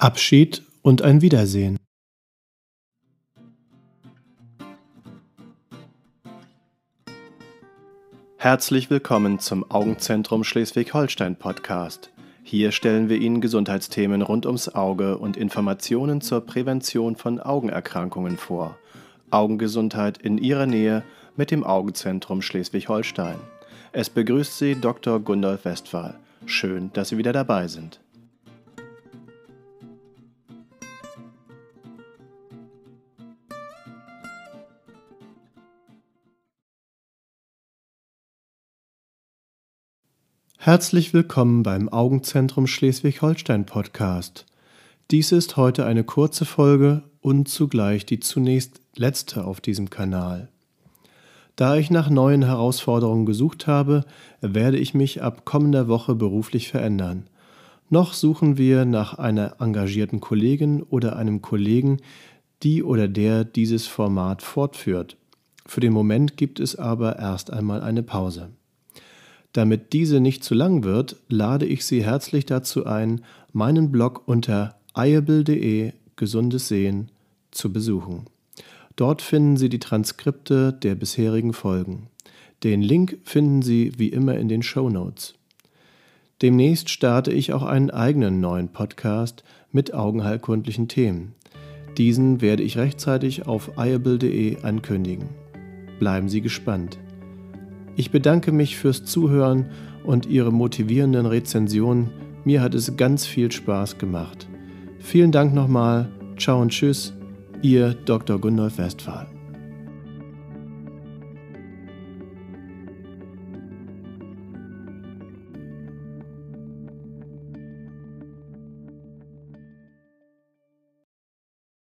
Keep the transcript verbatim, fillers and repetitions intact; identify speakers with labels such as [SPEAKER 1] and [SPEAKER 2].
[SPEAKER 1] Abschied und ein Wiedersehen. Herzlich willkommen zum Augenzentrum Schleswig-Holstein Podcast. Hier stellen wir Ihnen Gesundheitsthemen rund ums Auge und Informationen zur Prävention von Augenerkrankungen vor. Augengesundheit in Ihrer Nähe mit dem Augenzentrum Schleswig-Holstein. Es begrüßt Sie Doktor Gundolf Westphal. Schön, dass Sie wieder dabei sind. Herzlich willkommen beim Augenzentrum Schleswig-Holstein Podcast. Dies ist heute eine kurze Folge und zugleich die zunächst letzte auf diesem Kanal. Da ich nach neuen Herausforderungen gesucht habe, werde ich mich ab kommender Woche beruflich verändern. Noch suchen wir nach einer engagierten Kollegin oder einem Kollegen, die oder der dieses Format fortführt. Für den Moment gibt es aber erst einmal eine Pause. Damit diese nicht zu lang wird, lade ich Sie herzlich dazu ein, meinen Blog unter eyeable punkt de Gesundes Sehen zu besuchen. Dort finden Sie die Transkripte der bisherigen Folgen. Den Link finden Sie wie immer in den Shownotes. Demnächst starte ich auch einen eigenen neuen Podcast mit augenheilkundlichen Themen. Diesen werde ich rechtzeitig auf eyeable punkt de ankündigen. Bleiben Sie gespannt. Ich bedanke mich fürs Zuhören und Ihre motivierenden Rezensionen. Mir hat es ganz viel Spaß gemacht. Vielen Dank nochmal. Ciao und tschüss. Ihr Doktor Gundolf Westphal.